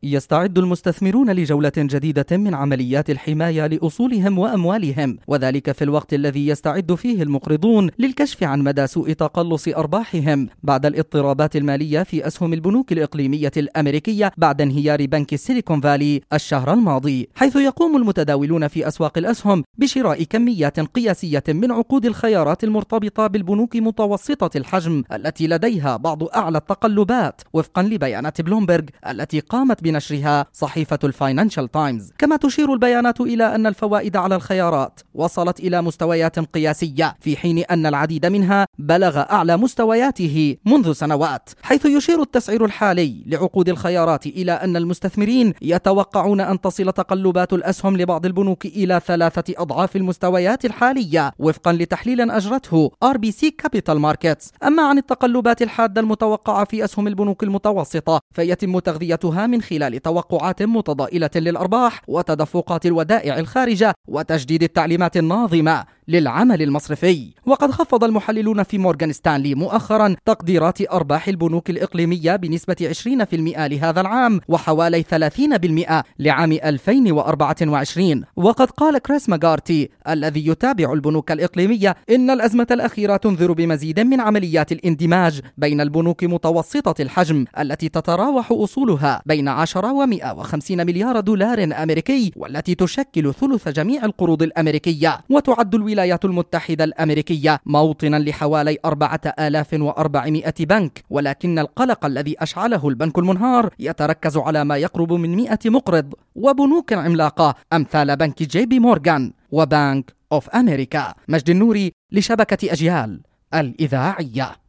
يستعد المستثمرون لجولة جديدة من عمليات الحماية لأصولهم وأموالهم، وذلك في الوقت الذي يستعد فيه المقرضون للكشف عن مدى سوء تقلص أرباحهم بعد الاضطرابات المالية في أسهم البنوك الإقليمية الأمريكية بعد انهيار بنك السيليكون فالي الشهر الماضي، حيث يقوم المتداولون في أسواق الأسهم بشراء كميات قياسية من عقود الخيارات المرتبطة بالبنوك متوسطة الحجم التي لديها بعض أعلى التقلبات وفقا لبيانات بلومبرج التي قامت بنشرها صحيفة الفاينانشال تايمز. كما تشير البيانات إلى أن الفوائد على الخيارات وصلت إلى مستويات قياسية، في حين أن العديد منها بلغ أعلى مستوياته منذ سنوات، حيث يشير التسعير الحالي لعقود الخيارات إلى أن المستثمرين يتوقعون أن تصل تقلبات الأسهم لبعض البنوك إلى 3 أضعاف المستويات الحالية وفقا لتحليل أجرته RBC Capital Markets. أما عن التقلبات الحادة المتوقعة في أسهم البنوك المتوسطة فيتم تغذيتها من خلال توقعات متضائلة للأرباح وتدفقات الودائع الخارجة وتجديد التعليمات الناظمة للعمل المصرفي. وقد خفض المحللون في مورغان ستانلي مؤخرا تقديرات أرباح البنوك الإقليمية بنسبة 20% لهذا العام وحوالي 30% لعام 2024. وقد قال كريس ماغارتي الذي يتابع البنوك الإقليمية إن الأزمة الأخيرة تنذر بمزيد من عمليات الاندماج بين البنوك متوسطة الحجم التي تتراوح أصولها بين 10 و150 مليار دولار أمريكي، والتي تشكل ثلث جميع القروض الأمريكية. وتعد الولايات المتحدة الأمريكية موطنا لحوالي 4400 بنك، ولكن القلق الذي أشعله البنك المنهار يتركز على ما يقرب من 100 مقرض وبنوك عملاقة أمثال بنك جي بي مورغان وبنك أوف أمريكا. مجد النوري لشبكة أجيال الإذاعية.